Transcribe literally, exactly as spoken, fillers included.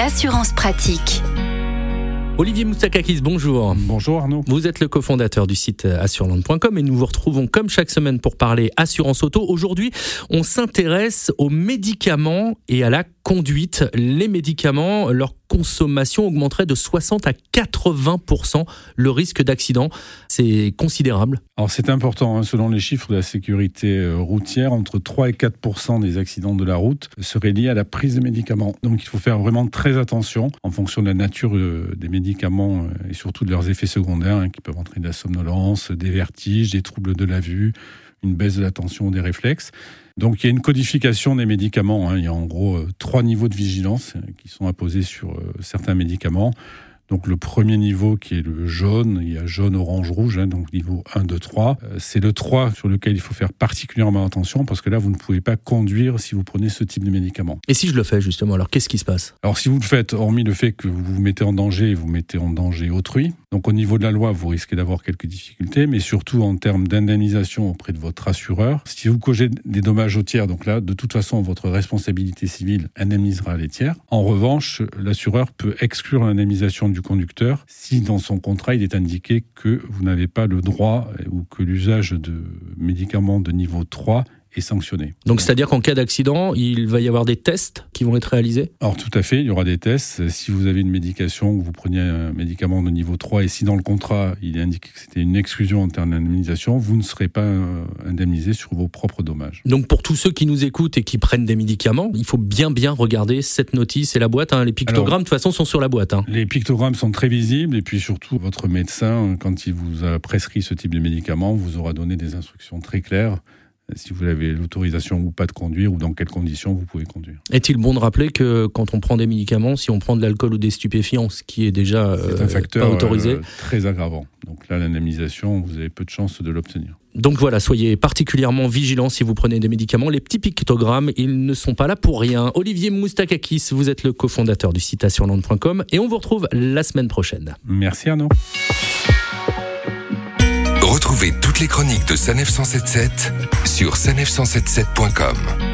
Assurance pratique. Olivier Moustakakis, bonjour. Bonjour Arnaud. Vous êtes le cofondateur du site assureland point com et nous vous retrouvons comme chaque semaine pour parler assurance auto. Aujourd'hui, on s'intéresse aux médicaments et à la conduite. Les médicaments, leur consommation augmenterait de soixante à quatre-vingts pour cent le risque d'accident. C'est considérable. Alors c'est important, hein, selon les chiffres de la sécurité routière, entre trois et quatre pour cent des accidents de la route seraient liés à la prise de médicaments. Donc il faut faire vraiment très attention en fonction de la nature des médicaments et surtout de leurs effets secondaires hein, qui peuvent entraîner de la somnolence, des vertiges, des troubles de la vue, une baisse de l'attention, des réflexes. Donc il y a une codification des médicaments. Hein. Il y a en gros euh, trois niveaux de vigilance euh, qui sont imposés sur euh, certains médicaments. Donc le premier niveau qui est le jaune, il y a jaune, orange, rouge, hein, donc niveau un, deux, trois. Euh, c'est le trois sur lequel il faut faire particulièrement attention parce que là vous ne pouvez pas conduire si vous prenez ce type de médicament. Et si je le fais justement, alors qu'est-ce qui se passe ? Alors si vous le faites, hormis le fait que vous vous mettez en danger, vous mettez en danger autrui. Donc au niveau de la loi, vous risquez d'avoir quelques difficultés, mais surtout en termes d'indemnisation auprès de votre assureur. Si vous causez des dommages aux tiers, donc là, de toute façon, votre responsabilité civile indemnisera les tiers. En revanche, l'assureur peut exclure l'indemnisation du conducteur si dans son contrat, il est indiqué que vous n'avez pas le droit ou que l'usage de médicaments de niveau trois est sanctionné. Donc c'est-à-dire qu'en cas d'accident, il va y avoir des tests qui vont être réalisés ? Alors tout à fait, il y aura des tests. Si vous avez une médication, que vous preniez un médicament de niveau trois et si dans le contrat, il est indiqué que c'était une exclusion en termes d'indemnisation, vous ne serez pas indemnisé sur vos propres dommages. Donc pour tous ceux qui nous écoutent et qui prennent des médicaments, il faut bien bien regarder cette notice et la boîte. Hein. Les pictogrammes Alors, de toute façon sont sur la boîte. Hein. Les pictogrammes sont très visibles et puis surtout votre médecin, quand il vous a prescrit ce type de médicament, vous aura donné des instructions très claires. Si vous avez l'autorisation ou pas de conduire ou dans quelles conditions vous pouvez conduire. Est-il bon de rappeler que quand on prend des médicaments, si on prend de l'alcool ou des stupéfiants, ce qui est déjà euh, c'est un facteur pas autorisé, euh, très aggravant. Donc là, l'indemnisation, vous avez peu de chances de l'obtenir. Donc voilà, soyez particulièrement vigilants si vous prenez des médicaments. Les petits pictogrammes, ils ne sont pas là pour rien. Olivier Moustakakis, vous êtes le cofondateur du site assureland point com et on vous retrouve la semaine prochaine. Merci Arnaud. Retrouvez toutes les chroniques de Sanef cent soixante-dix-sept sur sanef cent soixante-dix-sept point com.